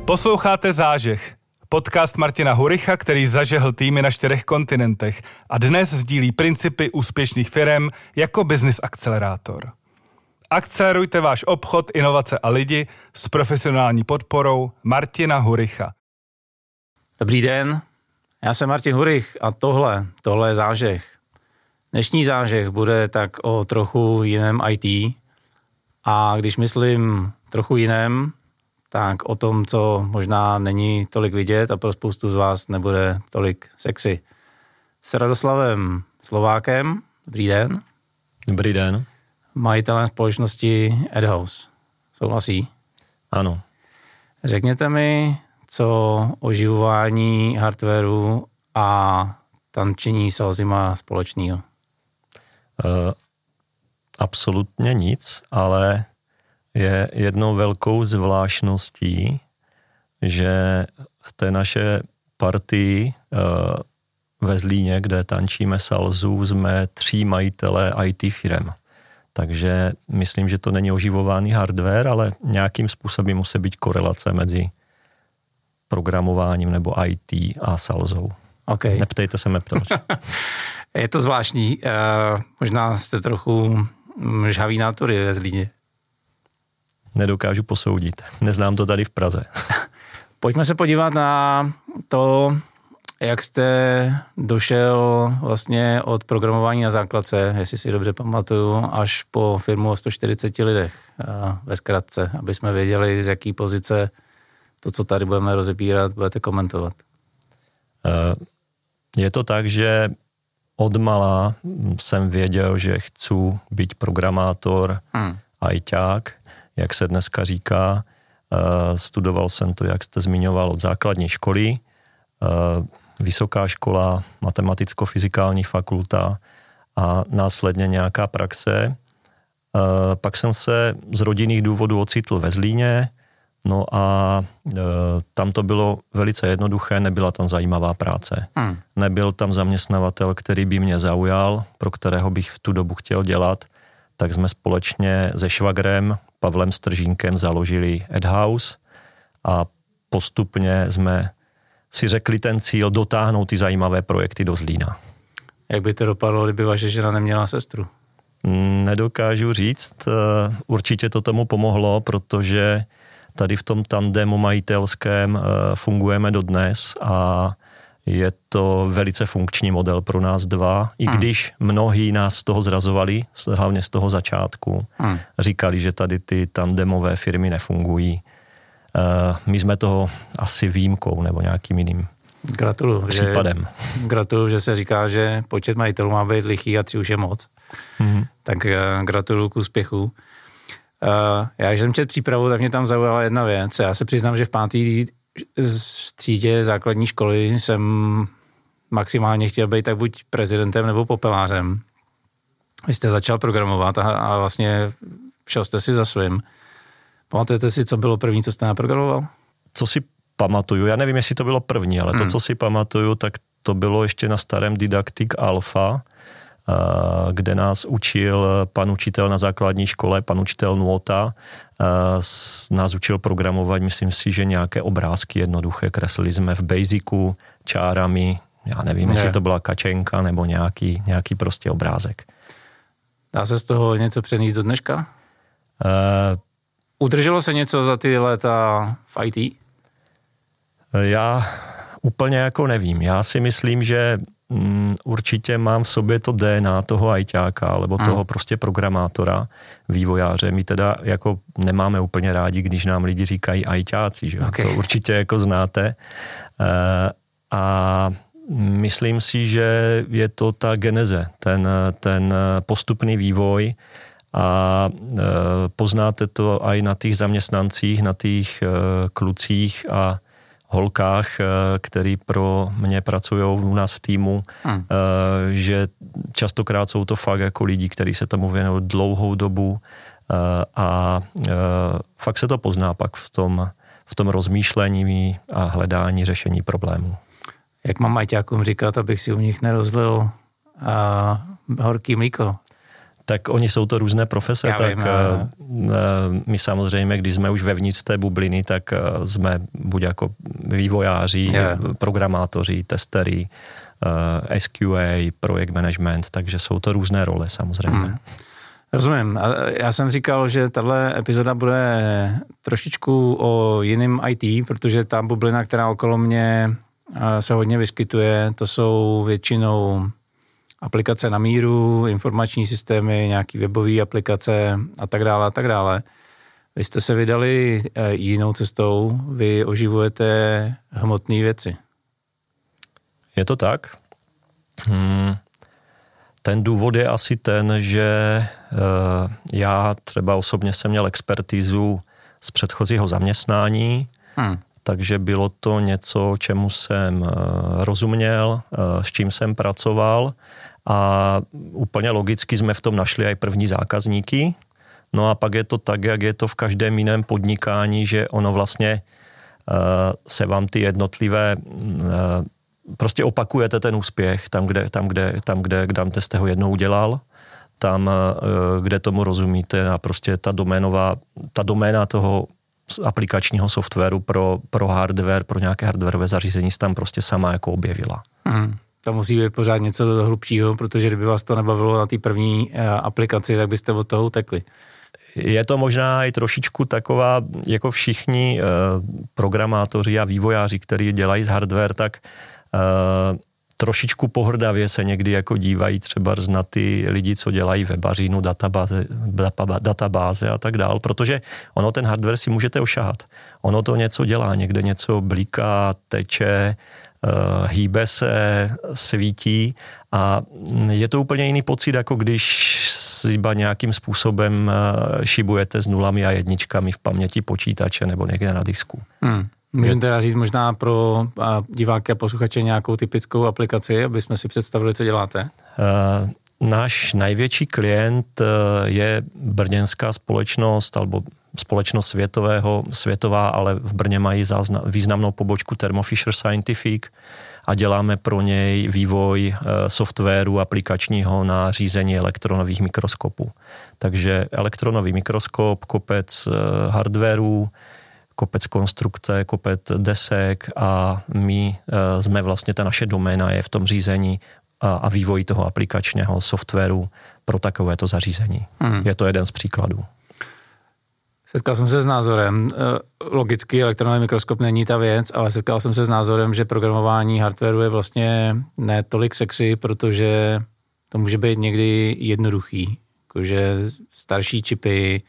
Posloucháte Zážeh, podcast Martina Huricha, který zažehl týmy na 4 kontinentech a dnes sdílí principy úspěšných firem jako business akcelerátor. Akcelerujte váš obchod, inovace a lidi s profesionální podporou Martina Huricha. Dobrý den, já jsem Martin Hurich a tohle je Zážeh. Dnešní Zážeh bude tak o trochu jiném IT a když myslím trochu jiném, tak o tom, co možná není tolik vidět a pro spoustu z vás nebude tolik sexy. S Radoslavem Slovákem, dobrý den. Dobrý den. Majitelem společnosti Edhouse. Souhlasí? Ano. Řekněte mi, co oživování hardwareu a tančení salzy má společného. Absolutně nic, ale je jednou velkou zvláštností, že v té naše partii ve Zlíně, kde tančíme salzu, jsme 3 majitelé IT firem. Takže myslím, že to není oživovaný hardware, ale nějakým způsobem musí být korelace mezi programováním nebo IT a salzou. Okay. Neptejte se mě proč. Je to zvláštní. Možná jste trochu žhavý nátory ve Zlíně. Nedokážu posoudit. Neznám to tady v Praze. Pojďme se podívat na to, jak jste došel vlastně od programování na základce, jestli si dobře pamatuju, až po firmu o 140 lidech ve zkratce, aby jsme věděli, z jaký pozice to, co tady budeme rozebírat, budete komentovat. Je to tak, že odmala jsem věděl, že chci být programátor, ajťák, jak se dneska říká. Studoval jsem to, jak jste zmiňoval, od základní školy, vysoká škola, matematicko-fyzikální fakulta a následně nějaká praxe. Pak jsem se z rodinných důvodů ocitl ve Zlíně, no a tam to bylo velice jednoduché, nebyla tam zajímavá práce. Nebyl tam zaměstnavatel, který by mě zaujal, pro kterého bych v tu dobu chtěl dělat, tak jsme společně se švagrem Pavlem Stržínkem založili Edhouse a postupně jsme si řekli ten cíl dotáhnout ty zajímavé projekty do Zlína. Jak by to dopadlo, kdyby vaše žena neměla sestru? Nedokážu říct. Určitě to tomu pomohlo, protože tady v tom tandemu majitelském fungujeme dodnes a je to velice funkční model pro nás dva, i když mnohí nás z toho zrazovali, hlavně z toho začátku. Říkali, že tady ty tandemové firmy nefungují. My jsme toho asi výjimkou nebo nějakým jiným případem. Gratuluju, že se říká, že počet majitelů má být lichý a 3 už je moc. Tak gratuluju k úspěchu. Já, když jsem četl přípravu, tak mě tam zaujala jedna věc. Já se přiznám, že v 5. třídě základní školy jsem maximálně chtěl být tak buď prezidentem nebo popelářem. Vy jste začal programovat a vlastně šel jste si za svým. Pamatujete si, co bylo první, co jste naprogramoval? Co si pamatuju, já nevím, jestli to bylo první, ale to, co si pamatuju, tak to bylo ještě na starém Didaktik Alpha, kde nás učil pan učitel na základní škole, pan učitel Nuota, nás učil programovat, myslím si, že nějaké obrázky jednoduché, kreslili jsme v Basicu čárami, já nevím, jestli to byla kačenka nebo nějaký prostě obrázek. Dá se z toho něco přenést do dneška? Udrželo se něco za ty léta v IT? Já úplně jako nevím. Já si myslím, že určitě mám v sobě to DNA toho ajťáka, alebo toho prostě programátora, vývojáře. My teda jako nemáme úplně rádi, když nám lidi říkají ajťáci, že? Okay. To určitě jako znáte. A myslím si, že je to ta geneze, ten postupný vývoj a poznáte to i na těch zaměstnancích, na těch klucích a holkách, který pro mě pracují u nás v týmu, že častokrát jsou to fakt jako lidi, kteří se tomu věnují dlouhou dobu a fakt se to pozná pak v tom rozmýšlení a hledání řešení problémů. Jak mám ajťákům říkat, abych si u nich nerozlil horký mlíko? Tak oni jsou to různé profese, já tak vím, my samozřejmě, když jsme už vevnitř té bubliny, tak jsme buď jako vývojáři, programátoři, testery, SQA, projekt management, takže jsou to různé role samozřejmě. Rozumím. Já jsem říkal, že tahle epizoda bude trošičku o jiném IT, protože ta bublina, která okolo mě se hodně vyskytuje, to jsou většinou aplikace na míru, informační systémy, nějaký webové aplikace a tak dále a tak dále. Vy jste se vydali jinou cestou, vy oživujete hmotné věci. Je to tak? Ten důvod je asi ten, že já třeba osobně jsem měl expertizu z předchozího zaměstnání, takže bylo to něco, čemu jsem rozuměl, s čím jsem pracoval a úplně logicky jsme v tom našli i první zákazníky. No a pak je to tak, jak je to v každém jiném podnikání, že ono vlastně se vám ty jednotlivé prostě opakujete ten úspěch tam, kde jste ho jednou udělal, tam, kde tomu rozumíte a prostě ta doména toho aplikačního softwaru pro hardware, pro nějaké hardwareové zařízení se tam prostě sama jako objevila. To musí být pořád něco hlubšího, protože kdyby vás to nebavilo na té první aplikaci, tak byste od toho utekli. Je to možná i trošičku taková, jako všichni programátoři a vývojáři, kteří dělají hardware, tak trošičku pohrdavě se někdy jako dívají třeba na ty lidi, co dělají webařinu, databáze a tak dál, protože ono ten hardware si můžete ošahat. Ono to něco dělá, někde něco bliká, teče, hýbe se, svítí a je to úplně jiný pocit, jako když třeba nějakým způsobem šibujete s nulami a jedničkami v paměti počítače nebo někde na disku. Můžeme teda říct možná pro diváky a posluchače nějakou typickou aplikaci, aby jsme si představili, co děláte? Náš největší klient je brněnská společnost, alebo společnost světová, ale v Brně mají významnou pobočku Thermo Fisher Scientific a děláme pro něj vývoj softwaru aplikačního na řízení elektronových mikroskopů. Takže elektronový mikroskop, kopec hardwaru, kopec konstrukce, kopec desek a my jsme vlastně, ta naše doména je v tom řízení a vývoji toho aplikačního softwaru pro takovéto zařízení. Je to jeden z příkladů. Setkal jsem se s názorem, logicky elektronový mikroskop není ta věc, ale setkal jsem se s názorem, že programování hardwaru je vlastně ne tolik sexy, protože to může být někdy jednoduchý. Jakože starší čipy,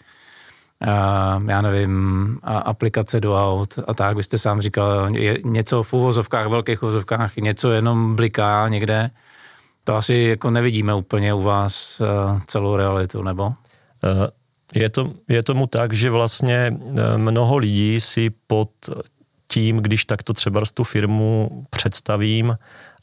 já nevím, aplikace do aut a tak, vy jste sám říkal, je něco v uvozovkách, velkých uvozovkách, něco jenom bliká někde. To asi jako nevidíme úplně u vás celou realitu, nebo? Je tomu tak, že vlastně mnoho lidí si pod tím, když takto třeba tu firmu představím,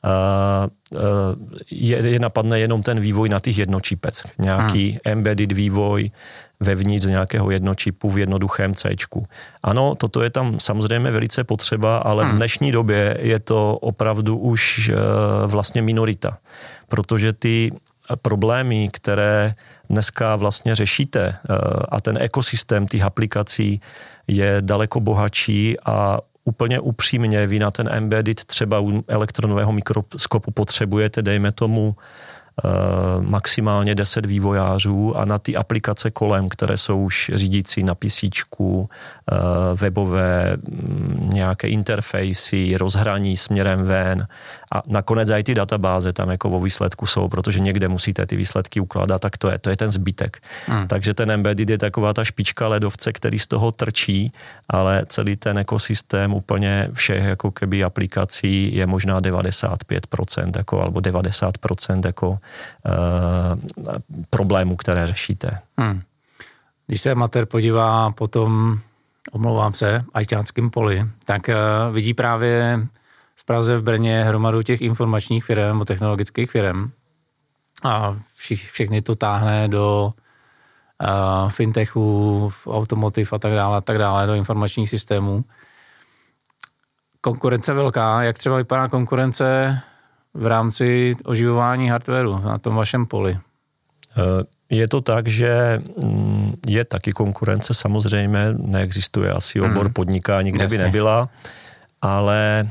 je napadne jenom ten vývoj na těch jednočipech. Nějaký embedded vývoj vevnitř nějakého jednočipu v jednoduchém Cčku. Ano, toto je tam samozřejmě velice potřeba, ale v dnešní době je to opravdu už vlastně minorita. Protože ty problémy, které dneska vlastně řešíte a ten ekosystém těch aplikací je daleko bohatší a úplně upřímně vy na ten embedded třeba u elektronového mikroskopu potřebujete, dejme tomu, maximálně 10 vývojářů a na ty aplikace kolem, které jsou už řídící na PCčku, webové, nějaké interfejsy, rozhraní směrem ven a nakonec i ty databáze tam jako vo výsledku jsou, protože někde musíte ty výsledky ukládat, tak to je ten zbytek. Takže ten embedded je taková ta špička ledovce, který z toho trčí, ale celý ten ekosystém úplně všech jako keby aplikací je možná 95% jako, alebo 90% jako problémů, které řešíte. Když se amatér podívá potom, omlouvám se, ajťáckým poli, tak vidí právě v Praze, v Brně hromadu těch informačních firem, technologických firem a všechny to táhne do fintechu, automotiv a tak dále, do informačních systémů. Konkurence velká, jak třeba vypadá konkurence v rámci oživování hardwaru na tom vašem poli? Je to tak, že je taky konkurence, samozřejmě neexistuje asi obor podnikání, kde by nebyla, ale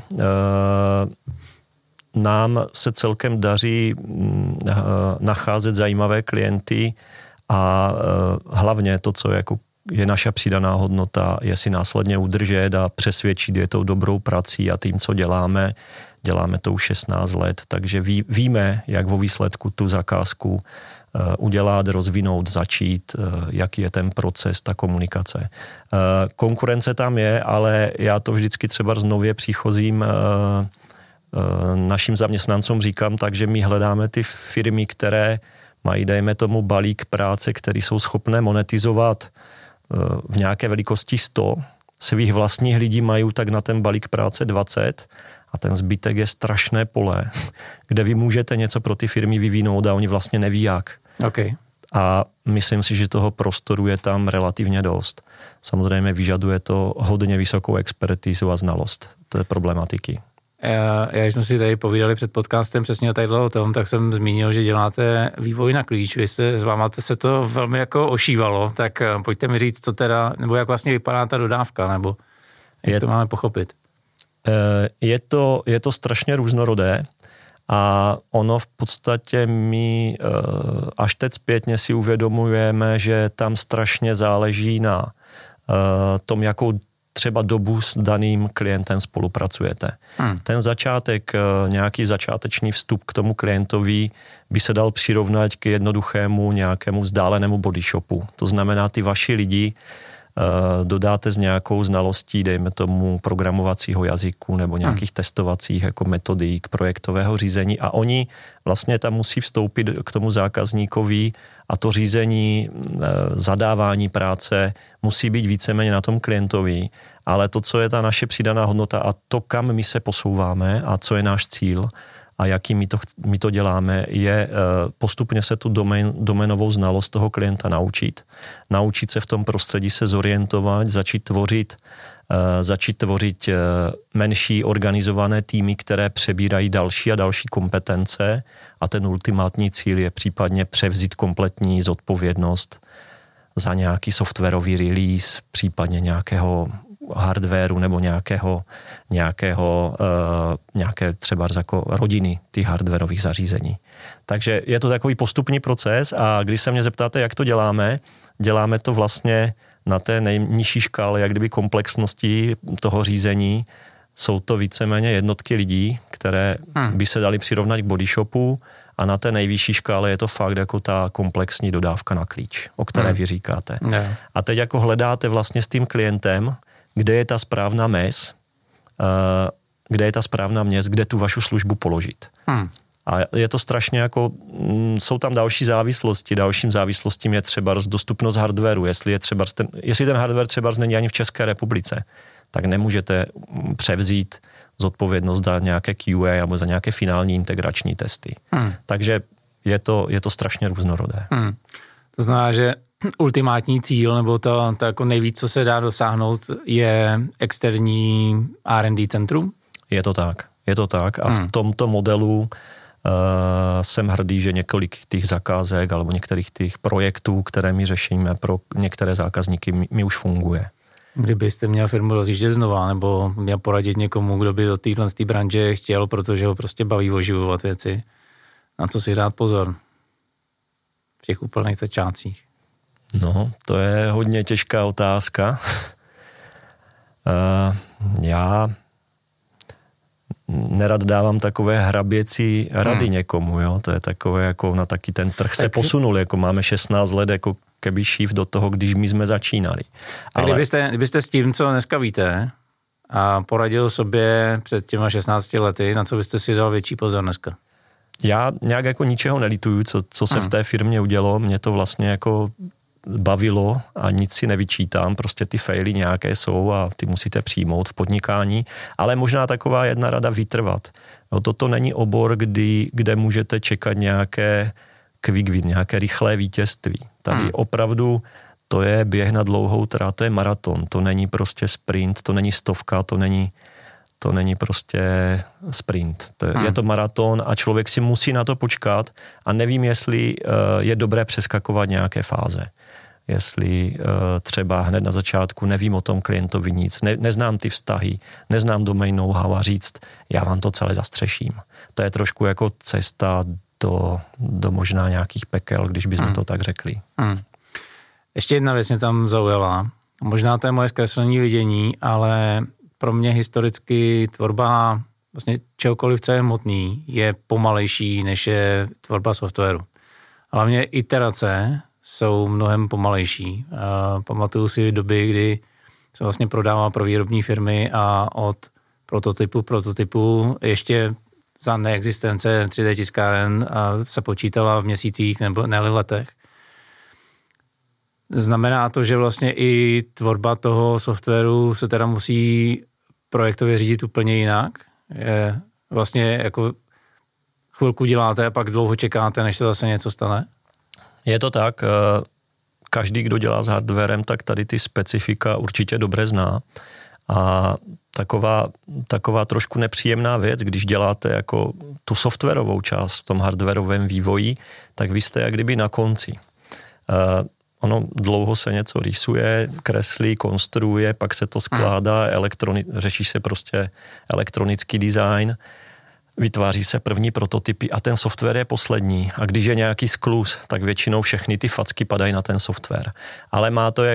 nám se celkem daří nacházet zajímavé klienty a hlavně to, co je naša přidaná hodnota, je si následně udržet a přesvědčit je tou dobrou prací a tím, co děláme to už 16 let, takže víme, jak vo výsledku tu zakázku udělat, rozvinout, začít, jaký je ten proces, ta komunikace. Konkurence tam je, ale já to vždycky třeba z nově příchozím našim zaměstnancům říkám, takže my hledáme ty firmy, které mají, dejme tomu, balík práce, který jsou schopné monetizovat v nějaké velikosti 100, svých vlastních lidí mají tak na ten balík práce 20 a ten zbytek je strašné pole, kde vy můžete něco pro ty firmy vyvinout a oni vlastně neví jak. Okay. A myslím si, že toho prostoru je tam relativně dost. Samozřejmě vyžaduje to hodně vysokou expertízu a znalost té problematiky. Já když jsme si tady povídali před podcastem přesně o tom, tak jsem zmínil, že děláte vývoj na klíč. S váma se to velmi jako ošívalo, tak pojďte mi říct, co teda, nebo jak vlastně vypadá ta dodávka, nebo jak to máme pochopit? Je to strašně různorodé a ono v podstatě my až teď zpětně si uvědomujeme, že tam strašně záleží na tom, jakou třeba dobu s daným klientem spolupracujete. Ten začátek, nějaký začáteční vstup k tomu klientovi by se dal přirovnat k jednoduchému nějakému vzdálenému body shopu. To znamená, ty vaši lidi dodáte s nějakou znalostí, dejme tomu programovacího jazyku nebo nějakých testovacích jako metodik projektového řízení a oni vlastně tam musí vstoupit k tomu zákazníkovi a to řízení, zadávání práce musí být víceméně na tom klientovi, ale to, co je ta naše přidaná hodnota a to, kam my se posouváme a co je náš cíl a jaký my to děláme, je postupně se tu doménovou znalost toho klienta naučit se v tom prostředí se zorientovat, začít tvořit menší organizované týmy, které přebírají další a další kompetence a ten ultimátní cíl je případně převzít kompletní zodpovědnost za nějaký softwarový release, případně nějakého hardwareu nebo nějaké třeba jako rodiny těch hardwarových zařízení. Takže je to takový postupný proces a když se mě zeptáte, jak to děláme to vlastně na té nejnižší škále, jak kdyby komplexnosti toho řízení. Jsou to víceméně jednotky lidí, které by se dali přirovnat k body shopu a na té nejvyšší škále je to fakt jako ta komplexní dodávka na klíč, o které vy říkáte. A teď jako hledáte vlastně s tím klientem, kde je ta správná mez, kde tu vašu službu položit. A je to strašně jako, jsou tam další závislosti. Dalším závislostím je třeba dostupnost hardwareu. Jestli ten hardware třeba není ani v České republice, tak nemůžete převzít zodpovědnost za nějaké QA nebo za nějaké finální integrační testy. Takže je to strašně různorodé. To znamená, že ultimátní cíl, nebo to jako nejvíc, co se dá dosáhnout, je externí R&D centrum? Je to tak. A v tomto modelu jsem hrdý, že několik těch zakázek alebo některých těch projektů, které my řešíme pro některé zákazníky, mi už funguje. Kdybyste měl firmu rozjíždět znova, nebo měl poradit někomu, kdo by do téhle branže chtěl, protože ho prostě baví oživovat věci, na co si dát pozor v těch úplných začátcích? No, to je hodně těžká otázka. Já nerad dávám takové hraběcí rady někomu, jo? To je takové, jako na taky ten trh se posunul, jako máme 16 let jako keby šív do toho, když my jsme začínali. Ale kdybyste s tím, co dneska víte, a poradil sobě před těma 16 lety, na co byste si dal větší pozor dneska? Já nějak jako ničeho nelituju, co se v té firmě udělo, mě to vlastně jako bavilo a nic si nevyčítám, prostě ty faily nějaké jsou a ty musíte přijmout v podnikání, ale možná taková jedna rada vytrvat. No, toto není obor, kde můžete čekat nějaké quick win, nějaké rychlé vítězství. Tady opravdu to je běh na dlouhou trať, to je maraton, to není prostě sprint, to není stovka, to není To není prostě sprint. Je to maraton a člověk si musí na to počkat a nevím, jestli je dobré přeskakovat nějaké fáze. Jestli třeba hned na začátku nevím o tom klientovi nic, neznám ty vztahy, neznám domain know-how a říct, já vám to celé zastřeším. To je trošku jako cesta do možná nějakých pekel, když bychom to tak řekli. Ještě jedna věc mě tam zaujala. Možná to je moje zkreslení vidění, ale pro mě historicky tvorba vlastně čehokoliv, co je hmotný, je pomalejší, než je tvorba softwaru. Hlavně iterace jsou mnohem pomalejší. Pamatuju si doby, kdy jsem vlastně prodával pro výrobní firmy a od prototypu ještě za neexistence 3D tiskáren se počítala v měsících nebo ne letech. Znamená to, že vlastně i tvorba toho softwaru se teda musí projektově řídit úplně jinak. Je vlastně jako chvilku děláte a pak dlouho čekáte, než se zase něco stane? Je to tak. Každý, kdo dělá s hardwarem, tak tady ty specifika určitě dobře zná. A taková trošku nepříjemná věc, když děláte jako tu softwarovou část v tom hardwarovém vývoji, tak vy jste jak kdyby na konci. Ono dlouho se něco rýsuje, kreslí, konstruuje, pak se to skládá, řeší se prostě elektronický design, vytváří se první prototypy a ten software je poslední. A když je nějaký skluz, tak většinou všechny ty facky padají na ten software. Ale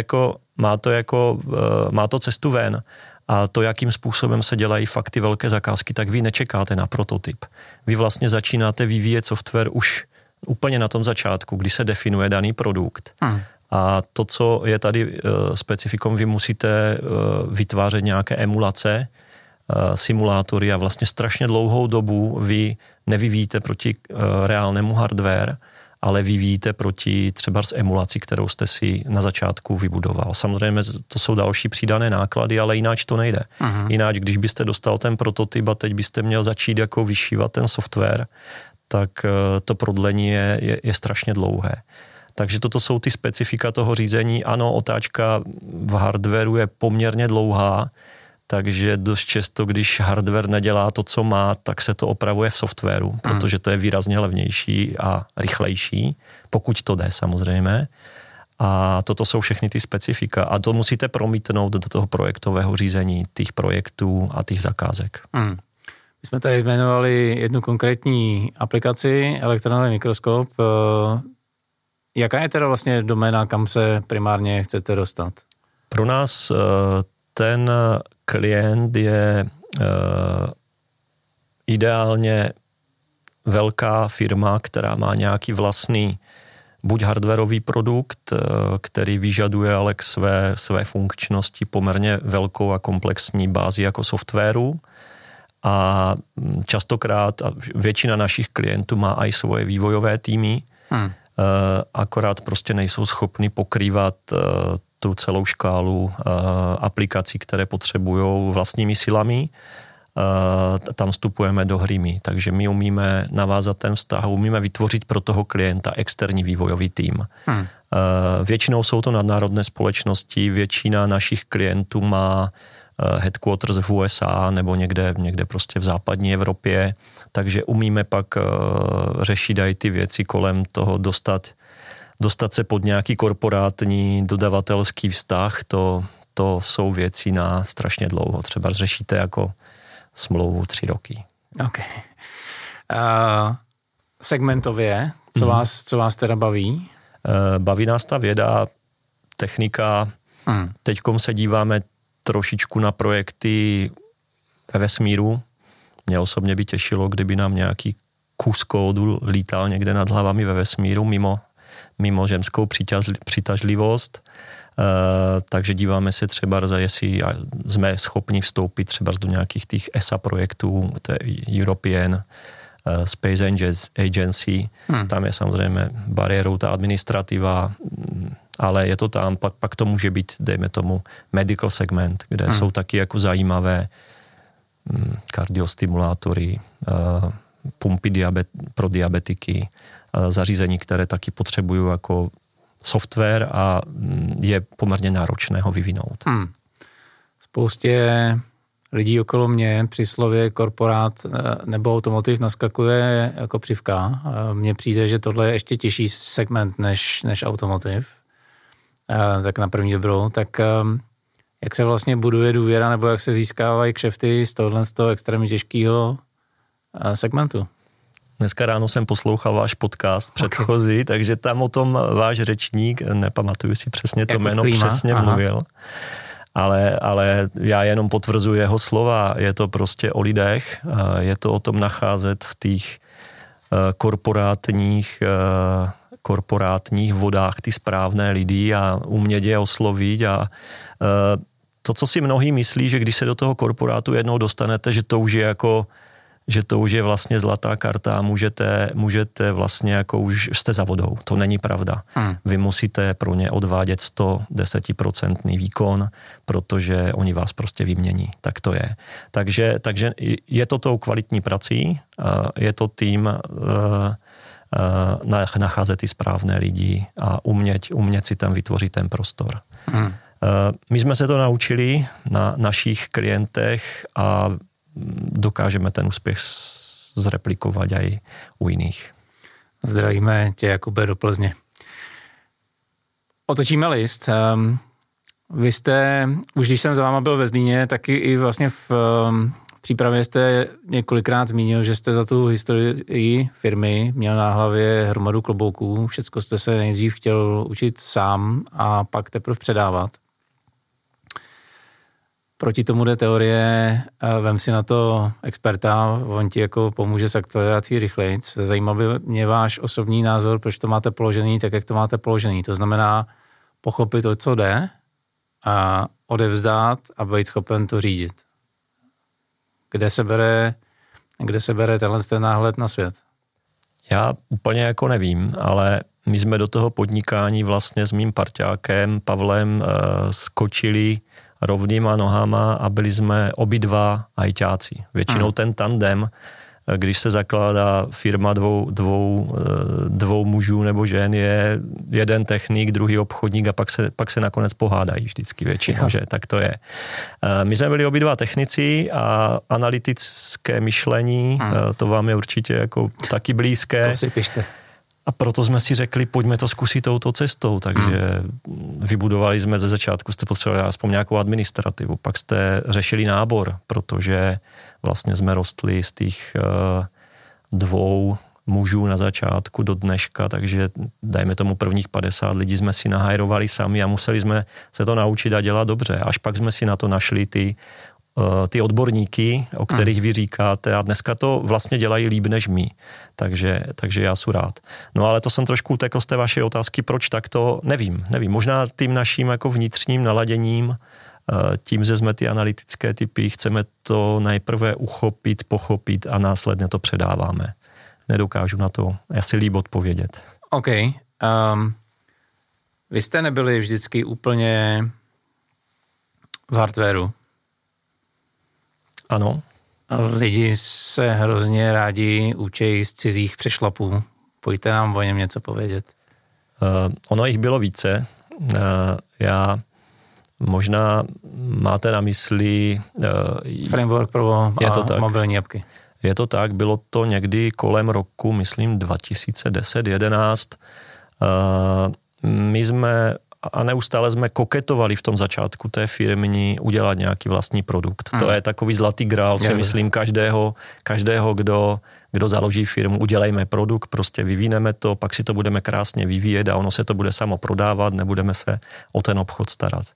má to cestu ven. A to, jakým způsobem se dělají fakt ty velké zakázky, tak vy nečekáte na prototyp. Vy vlastně začínáte vyvíjet software už úplně na tom začátku, kdy se definuje daný produkt. A to, co je tady specifikom, vy musíte vytvářet nějaké emulace, simulátory a vlastně strašně dlouhou dobu vy nevyvíjíte proti reálnému hardware, ale vyvíjíte proti třeba z emulaci, kterou jste si na začátku vybudoval. Samozřejmě to jsou další přidané náklady, ale jináč to nejde. Jináč, když byste dostal ten prototyp a teď byste měl začít jako vyšívat ten software, tak to prodlení je strašně dlouhé. Takže toto jsou ty specifika toho řízení. Ano, otáčka v hardwareu je poměrně dlouhá, takže dost často, když hardware nedělá to, co má, tak se to opravuje v softwaru, protože to je výrazně levnější a rychlejší, pokud to jde samozřejmě. A toto jsou všechny ty specifika. A to musíte promítnout do toho projektového řízení těch projektů a těch zakázek. My jsme tady jmenovali jednu konkrétní aplikaci, elektronový mikroskop. Jaká je teda vlastně doména, kam se primárně chcete dostat? Pro nás ten klient je ideálně velká firma, která má nějaký vlastní buď hardwarový produkt, který vyžaduje ale k své funkčnosti poměrně velkou a komplexní bázi jako softwaru. A častokrát většina našich klientů má i svoje vývojové týmy, akorát prostě nejsou schopni pokrývat tu celou škálu aplikací, které potřebují vlastními silami. Tam vstupujeme do hry my, takže my umíme navázat ten vztah, umíme vytvořit pro toho klienta externí vývojový tým. Většinou jsou to nadnárodné společnosti, většina našich klientů má headquarters v USA nebo někde prostě v západní Evropě, takže umíme pak řešit i ty věci kolem toho, dostat se pod nějaký korporátní dodavatelský vztah, to jsou věci na strašně dlouho. Třeba řešíte jako smlouvu 3 roky. OK. Segmentově, co vás teda baví? Baví nás ta věda, technika. Teďkom se díváme trošičku na projekty ve vesmíru. Mě osobně by těšilo, kdyby nám nějaký kus kódu lítal někde nad hlavami ve vesmíru mimo zemskou přitažlivost. Takže díváme se třeba, jestli jsme schopni vstoupit třeba do nějakých těch ESA projektů, to je European Space Agency. Tam je samozřejmě bariérou ta administrativa, ale je to tam, pak to může být, dejme tomu, medical segment, kde jsou taky jako zajímavé kardiostimulátory, pumpy pro diabetiky, zařízení, které taky potřebují jako software a je poměrně náročné ho vyvinout. Spoustě lidí okolo mě při slově korporát nebo automotiv naskakuje jako přivka. Mně přijde, že tohle je ještě těžší segment než automotiv. Tak na první dobrou. Tak jak se vlastně buduje důvěra nebo jak se získávají kšefty z toho extrémně těžkého segmentu? Dneska ráno jsem poslouchal váš podcast předchozí, takže tam o tom váš řečník, nepamatuju si přesně to jako jméno, přesně mluvil. Ale já jenom potvrzuji jeho slova. Je to prostě o lidech, je to o tom nacházet v těch korporátních vodách ty správné lidi a umět je oslovit a to, co si mnohý myslí, že když se do toho korporátu jednou dostanete, že to už je vlastně zlatá karta a můžete vlastně jako už jste za vodou. To není pravda. Vy musíte pro ně odvádět 110% výkon, protože oni vás prostě vymění. Tak to je. Takže je to tou kvalitní prací, je to tým nacházet ty správné lidi a umět si tam vytvořit ten prostor. My jsme se to naučili na našich klientech a dokážeme ten úspěch zreplikovat i u jiných. Zdravíme tě, Jakube, do Plzně. Otočíme list. Vy jste, už když jsem za váma byl ve Zlíně, taky i vlastně v přípravě jste několikrát zmínil, že jste za tu historii firmy měl na hlavě hromadu klobouků. Všecko jste se nejdřív chtěl učit sám a pak teprve předávat. Proti tomu jde teorie, vem si na to experta, on ti jako pomůže s akcelerací rychleji. Zajímal by mě váš osobní názor, proč to máte položený tak, jak to máte položený. To znamená pochopit to, co jde, a odevzdát a být schopen to řídit. Kde se bere ten náhled na svět? Já úplně jako nevím, ale my jsme do toho podnikání vlastně s mým parťákem Pavlem skočili rovnýma nohama a byli jsme obidva ajťáci. Většinou ten tandem, když se zakládá firma dvou mužů nebo žen, je jeden technik, druhý obchodník a pak se nakonec pohádají vždycky většinou, že? Tak to je. My jsme byli obidva technici a analytické myšlení, to vám je určitě jako taky blízké. To si pište. A proto jsme si řekli, pojďme to zkusit touto cestou, takže vybudovali jsme ze začátku, jste potřebovali aspoň nějakou administrativu, pak jste řešili nábor, protože vlastně jsme rostli z těch dvou mužů na začátku do dneška, takže dajme tomu prvních 50 lidí jsme si nahajrovali sami a museli jsme se to naučit a dělat dobře. Až pak jsme si na to našli ty odborníky, o kterých vy říkáte a dneska to vlastně dělají líp než my. Takže já jsem rád. No ale to jsem trošku utekl z té vaší otázky, proč tak to nevím. Možná tím naším jako vnitřním naladěním, tím, že jsme ty analytické typy, chceme to nejprve uchopit, pochopit a následně to předáváme. Nedokážu na to asi líp odpovědět. OK. Vy jste nebyli vždycky úplně v hardwareu. Ano. Lidi se hrozně rádi učí z cizích přešlapů. Pojďte nám o něm něco povědět. Ono jich bylo více. Já možná máte na mysli... Framework pro mobilní apky. Je to tak, bylo to někdy kolem roku, myslím 2010-11. My jsme a neustále jsme koketovali v tom začátku té firmy udělat nějaký vlastní produkt. To je takový zlatý grál, si myslím, každého, kdo založí firmu, udělejme produkt, prostě vyvineme to, pak si to budeme krásně vyvíjet a ono se to bude samo prodávat, nebudeme se o ten obchod starat.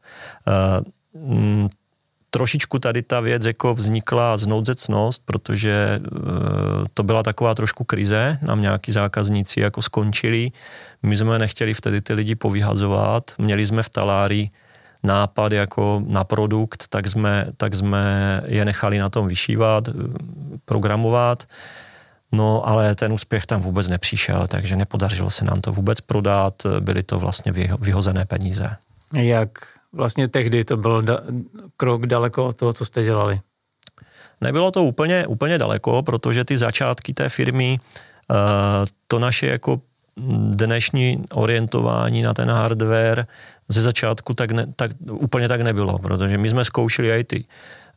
Trošičku tady ta věc jako vznikla znouzecnost, protože to byla taková trošku krize, nám nějaký zákazníci jako skončili. My jsme nechtěli vtedy ty lidi povyhazovat, měli jsme v talári nápad jako na produkt, tak jsme je nechali na tom vyšívat, programovat, no ale ten úspěch tam vůbec nepřišel, takže nepodařilo se nám to vůbec prodat, byly to vlastně vyhozené peníze. Jak vlastně tehdy to byl krok daleko od toho, co jste dělali? Nebylo to úplně daleko, protože ty začátky té firmy, to naše jako dnešní orientování na ten hardware ze začátku úplně tak nebylo, protože my jsme zkoušeli i ty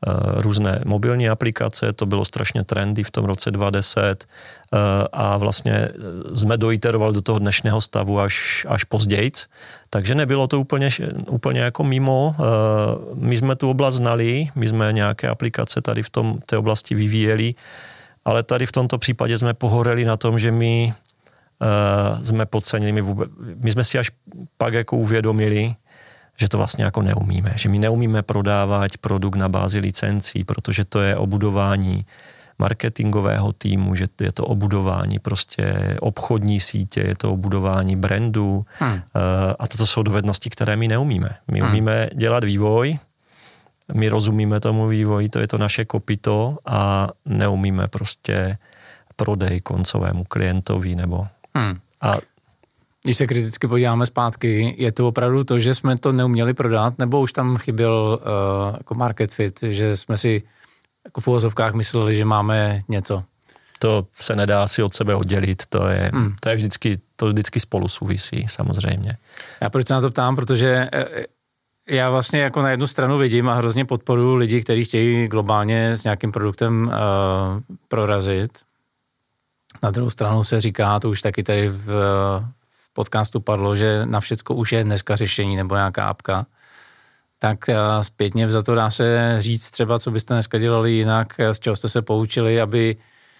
různé mobilní aplikace, to bylo strašně trendy v tom roce 2010 a vlastně jsme doiterovali do toho dnešného stavu až pozdějc, takže nebylo to úplně jako mimo. My jsme tu oblast znali, my jsme nějaké aplikace tady v té oblasti vyvíjeli, ale tady v tomto případě jsme pohoreli na tom, že my jsme podcenili, my jsme si až pak jako uvědomili, že to vlastně jako neumíme, že my neumíme prodávat produkt na bázi licencí, protože to je o budování marketingového týmu, že je to o budování prostě obchodní sítě, je to o budování brandu a toto jsou dovednosti, které my neumíme. My umíme dělat vývoj, my rozumíme tomu vývoji, to je to naše kopyto a neumíme prostě prodej koncovému klientovi nebo... A když se kriticky podíváme zpátky, je to opravdu to, že jsme to neuměli prodat, nebo už tam chyběl jako market fit, že jsme si jako v uvozovkách mysleli, že máme něco? To se nedá si od sebe oddělit, to je vždycky spolu souvisí, samozřejmě. Já proč se na to ptám, protože já vlastně jako na jednu stranu vidím a hrozně podporuji lidi, kteří chtějí globálně s nějakým produktem prorazit. Na druhou stranu se říká, to už taky tady v podcastu padlo, že na všecko už je dneska řešení nebo nějaká apka. Tak zpětně za to dá se říct třeba, co byste dneska dělali jinak, z čeho jste se poučili, aby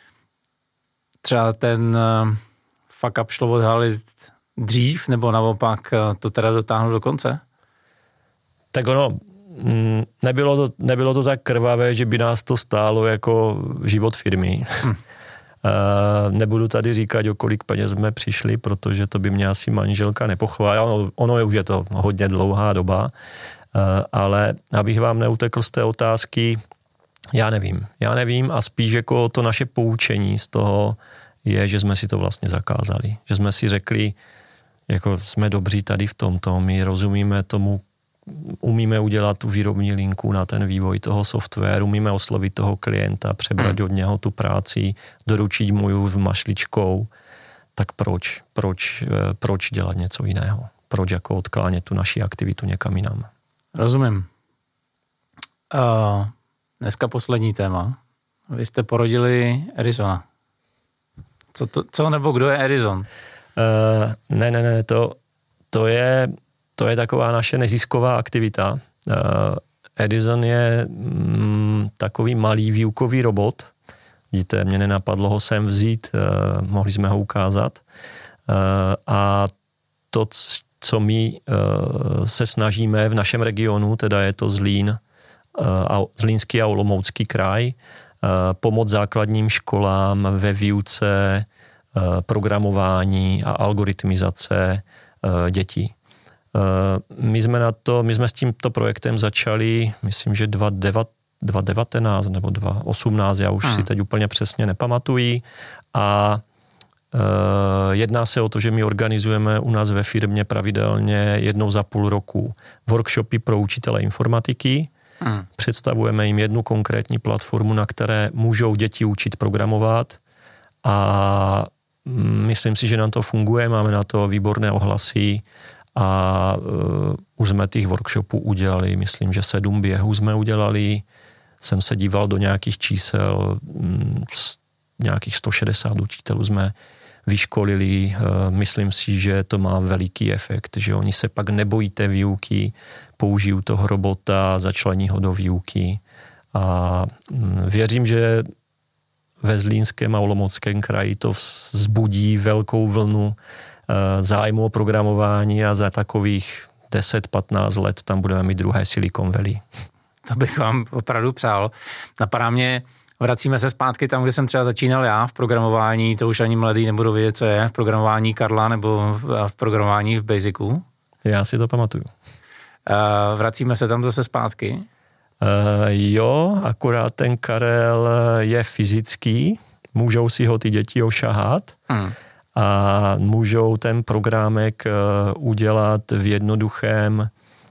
třeba ten fuck up šlo odhalit dřív, nebo naopak to teda dotáhnout do konce? Tak ono, nebylo to tak krvavé, že by nás to stálo jako život firmy. Nebudu tady říkat, o kolik peněz jsme přišli, protože to by mě asi manželka nepochválila. Ono je už je to hodně dlouhá doba, ale abych vám neutekl z té otázky, já nevím a spíš jako to naše poučení z toho je, že jsme si to vlastně zakázali. Že jsme si řekli, jako jsme dobří tady v tomto, my rozumíme tomu, umíme udělat tu výrobní linku na ten vývoj toho softwaru, umíme oslovit toho klienta, přebrat od něho tu práci, doručit mu ju v mašličkou, tak proč dělat něco jiného? Proč jako odklánět tu naši aktivitu někam jinam? Rozumím. Dneska poslední téma. Vy jste porodili Arizona. Co nebo kdo je Arizon? Ne, to je taková naše nezisková aktivita. Edison je takový malý výukový robot. Vidíte, mě nenapadlo ho sem vzít, mohli jsme ho ukázat. A to, co my se snažíme v našem regionu, teda je to Zlínský a Olomoucký kraj, pomoct základním školám ve výuce programování a algoritmizace dětí. My jsme s tímto projektem začali, myslím, že 2019 nebo 2018, já už si teď úplně přesně nepamatuji. A jedná se o to, že my organizujeme u nás ve firmě pravidelně jednou za půl roku workshopy pro učitele informatiky. Představujeme jim jednu konkrétní platformu, na které můžou děti učit programovat a myslím si, že nám to funguje, máme na to výborné ohlasy a už jsme těch workshopů udělali, myslím, že 7 běhů jsme udělali, jsem se díval do nějakých čísel, nějakých 160 učitelů jsme vyškolili, myslím si, že to má veliký efekt, že oni se pak nebojí té výuky, použijí toho robota, začlení ho do výuky a věřím, že ve Zlínském a Olomouckém kraji to vzbudí velkou vlnu zájmu o programování a za takových 10-15 let tam budeme mít druhé Silicon Valley. To bych vám opravdu přál. Napadá mě, vracíme se zpátky tam, kde jsem třeba začínal já v programování, to už ani mladý nebudou vědět, co je, v programování Karla nebo v programování v Basicu. Já si to pamatuju. Vracíme se tam zase zpátky? Jo, akorát ten Karel je fyzický, můžou si ho ty děti ošahat a můžou ten programek udělat v jednoduchém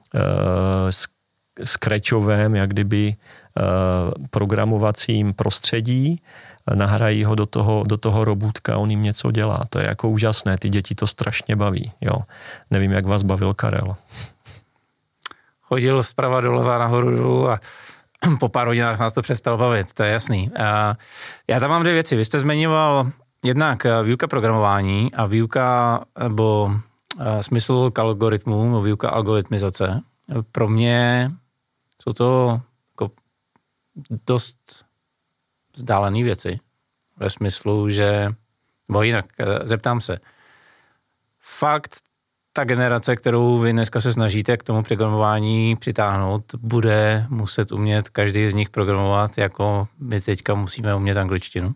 scratchovém, jak kdyby programovacím prostředí, nahrají ho do toho robůtka, on jim něco dělá. To je jako úžasné, ty děti to strašně baví. Jo. Nevím, jak vás bavil Karel. Chodil zprava doleva nahoru a po pár hodinách nás to přestalo bavit, to je jasný. Já tam mám 2 věci. Vy jste zmiňoval jednak výuka programování a výuka, nebo smysl k algoritmům, výuka algoritmizace. Pro mě jsou to jako dost vzdálené věci. Ve smyslu, že, nebo jinak, zeptám se, fakt ta generace, kterou vy dneska se snažíte k tomu programování přitáhnout, bude muset umět každý z nich programovat, jako my teďka musíme umět angličtinu?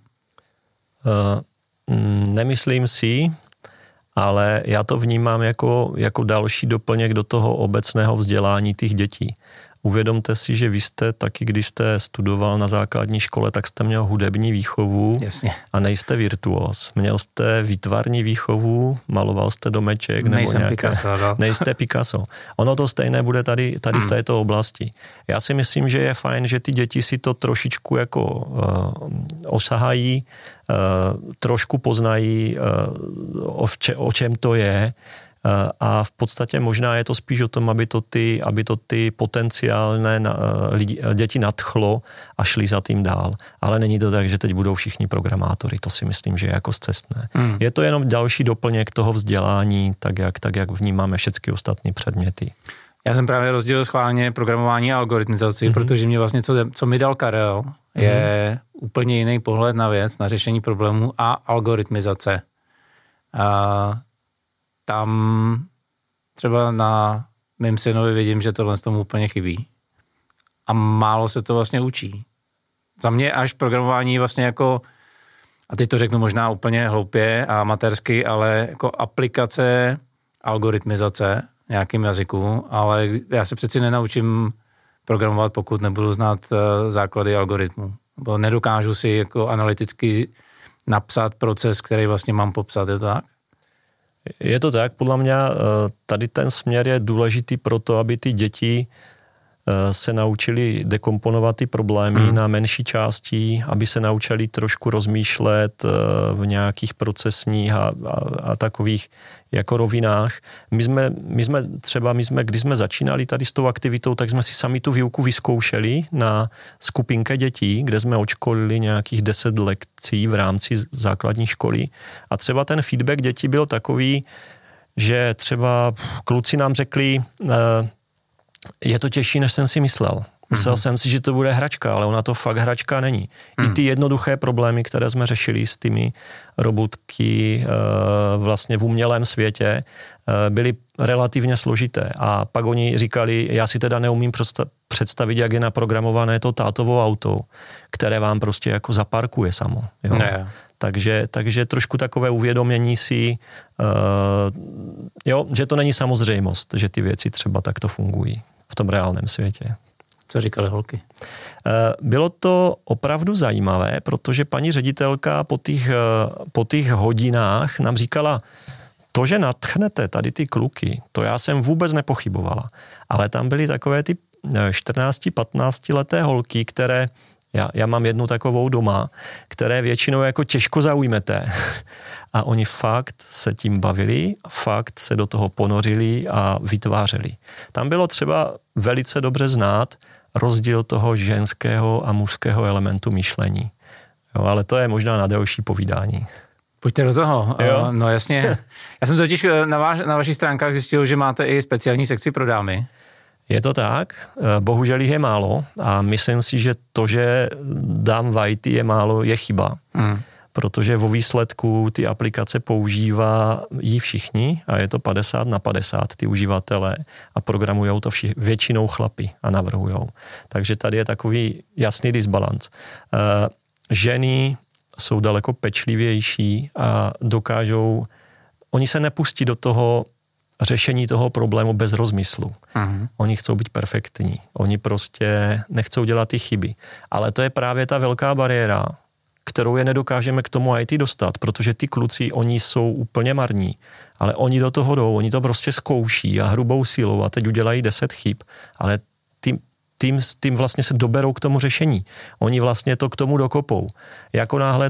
Nemyslím si, ale já to vnímám jako další doplněk do toho obecného vzdělání těch dětí. Uvědomte si, že vy jste taky, když jste studoval na základní škole, tak jste měl hudební výchovu. Jasně. A nejste virtuos. Měl jste výtvarní výchovu, maloval jste domeček. Nejsem Picasso. No. Nejste Picasso. Ono to stejné bude tady v této oblasti. Já si myslím, že je fajn, že ty děti si to trošičku jako osahají, trošku poznají, o čem to je. A v podstatě možná je to spíš o tom, aby to ty potenciálné děti nadchlo a šli za tím dál. Ale není to tak, že teď budou všichni programátory. To si myslím, že je jako scestné. Je to jenom další doplněk toho vzdělání, tak jak vnímáme všechny ostatní předměty. Já jsem právě rozdělil schválně programování a algoritmizaci, protože mě vlastně, co mi dal Karel, je úplně jiný pohled na věc, na řešení problémů a algoritmizace. Tam třeba na mém synovi vidím, že tohle tomu úplně chybí. A málo se to vlastně učí. Za mě až programování vlastně jako, a teď to řeknu možná úplně hloupě a amatérsky, ale jako aplikace algoritmizace v nějakým jazyku, ale já se přeci nenaučím programovat, pokud nebudu znát základy algoritmu. Bo nedokážu si jako analyticky napsat proces, který vlastně mám popsat, je to tak? Je to tak, podle mě tady ten směr je důležitý pro to, aby ty děti se naučili dekomponovat ty problémy na menší části, aby se naučili trošku rozmýšlet v nějakých procesních a takových jako rovinách. My jsme, když jsme začínali tady s tou aktivitou, tak jsme si sami tu výuku vyzkoušeli na skupinke dětí, kde jsme odškolili nějakých 10 lekcí v rámci základní školy. A třeba ten feedback dětí byl takový, že třeba kluci nám řekli, je to těžší, než jsem si myslel. Myslel jsem si, že to bude hračka, ale ona to fakt hračka není. I ty jednoduché problémy, které jsme řešili s těmi robotky vlastně v umělém světě, byly relativně složité. A pak oni říkali, já si teda neumím představit, jak je naprogramované to tátovo auto, které vám prostě jako zaparkuje samo. Jo? Ne. Takže trošku takové uvědomění si, že to není samozřejmost, že ty věci třeba takto fungují v tom reálném světě. Co říkali holky? Bylo to opravdu zajímavé, protože paní ředitelka po těch hodinách nám říkala, to, že nadchnete tady ty kluky, to já jsem vůbec nepochybovala. Ale tam byly takové ty 14-15 leté holky, které, já mám jednu takovou doma, které většinou jako těžko zaujmete. A oni fakt se tím bavili, fakt se do toho ponořili a vytvářeli. Tam bylo třeba velice dobře znát rozdíl toho ženského a mužského elementu myšlení. Jo, ale to je možná na delší povídání. Pojďte do toho. Jo? No jasně. Já jsem totiž na vašich stránkách zjistil, že máte i speciální sekci pro dámy. Je to tak, bohužel jich je málo a myslím si, že to, že dám v IT je málo, je chyba. Protože vo výsledku ty aplikace používají všichni a je to 50/50 ty uživatelé a programujou to většinou chlapi a navrhujou. Takže tady je takový jasný disbalanc. Ženy jsou daleko pečlivější a dokážou, oni se nepustí do toho řešení toho problému bez rozmyslu. Oni chcou být perfektní. Oni prostě nechcou dělat ty chyby. Ale to je právě ta velká bariéra, kterou je nedokážeme k tomu IT dostat, protože ty kluci, oni jsou úplně marní, ale oni do toho jdou, oni to prostě zkouší a hrubou silou a teď udělají 10 chyb, ale tím vlastně se doberou k tomu řešení. Oni vlastně to k tomu dokopou. Jako náhle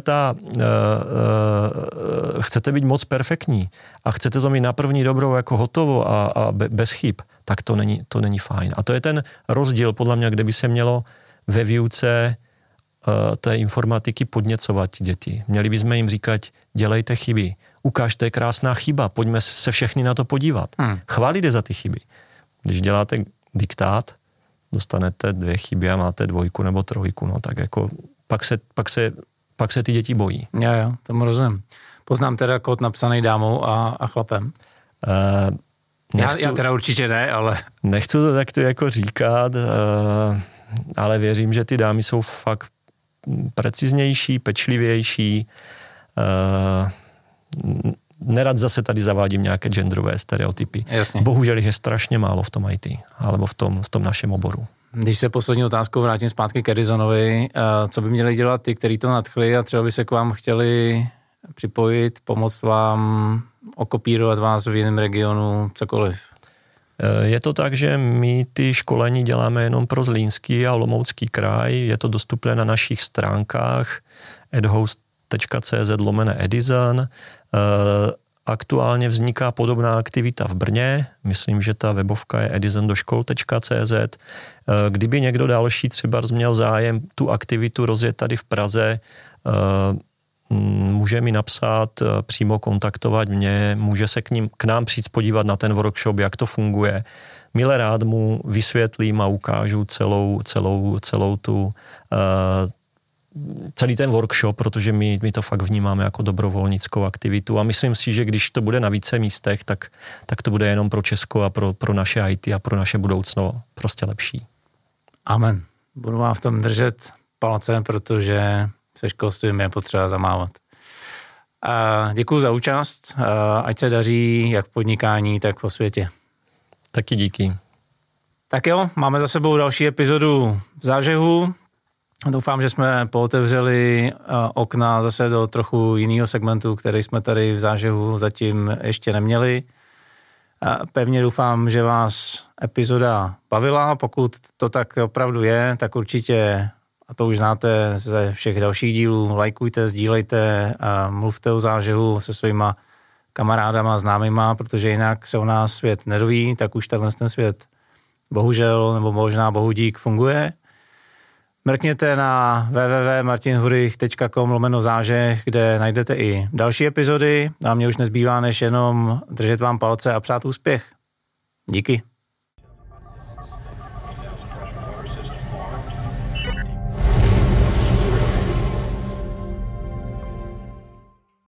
chcete být moc perfektní a chcete to mít na první dobrou jako hotovo a bez chyb, tak to není fajn. A to je ten rozdíl, podle mě, kde by se mělo ve výuce té informatiky podněcovat děti. Měli bychom jim říkat, dělejte chyby, ukážte, je krásná chyba, pojďme se všechny na to podívat. Chválit je za ty chyby. Když děláte diktát, dostanete 2 chyby a máte 2 nebo 3, no tak jako pak se ty děti bojí. Jo, tomu rozumím. Poznám teda kód napsaný dámou a chlapem. Já teda určitě ne, ale... Nechci to takto jako říkat, ale věřím, že ty dámy jsou fakt preciznější, pečlivější. Nerad zase tady zavádím nějaké genderové stereotypy. Jasně. Bohužel je strašně málo v tom IT, alebo v tom našem oboru. Když se poslední otázkou vrátím zpátky k Edisonovi, co by měli dělat ty, kteří to nadchli a třeba by se k vám chtěli připojit, pomoct vám, okopírovat vás v jiném regionu, cokoliv? Je to tak, že my ty školení děláme jenom pro Zlínský a Olomoucký kraj. Je to dostupné na našich stránkách edhost.cz/Edison. Aktuálně vzniká podobná aktivita v Brně. Myslím, že ta webovka je edisondoškol.cz. Kdyby někdo další třeba měl zájem tu aktivitu rozjet tady v Praze, může mi napsat, přímo kontaktovat mě, může se k nám přijít podívat na ten workshop, jak to funguje. Mile rád mu vysvětlím a ukážu celý ten workshop, protože my to fakt vnímáme jako dobrovolnickou aktivitu a myslím si, že když to bude na více místech, tak to bude jenom pro Česko a pro naše IT a pro naše budoucno prostě lepší. Amen. Budu vám v tom držet palce, protože se školstvím je potřeba zamávat. Děkuju za účast, ať se daří jak v podnikání, tak v světě. Taky díky. Tak jo, máme za sebou další epizodu Zážehu. Doufám, že jsme pootevřeli okna zase do trochu jiného segmentu, který jsme tady v Zážehu zatím ještě neměli. Pevně doufám, že vás epizoda bavila. Pokud to tak opravdu je, tak určitě, a to už znáte ze všech dalších dílů, lajkujte, sdílejte a mluvte o Zážehu se svýma kamarádama, známýma, protože jinak se o nás svět nedoví, tak už tenhle ten svět bohužel, nebo možná bohudík funguje. Mrkněte na www.martinhurich.com/zážeh, kde najdete i další epizody a mě už nezbývá než jenom držet vám palce a přát úspěch. Díky.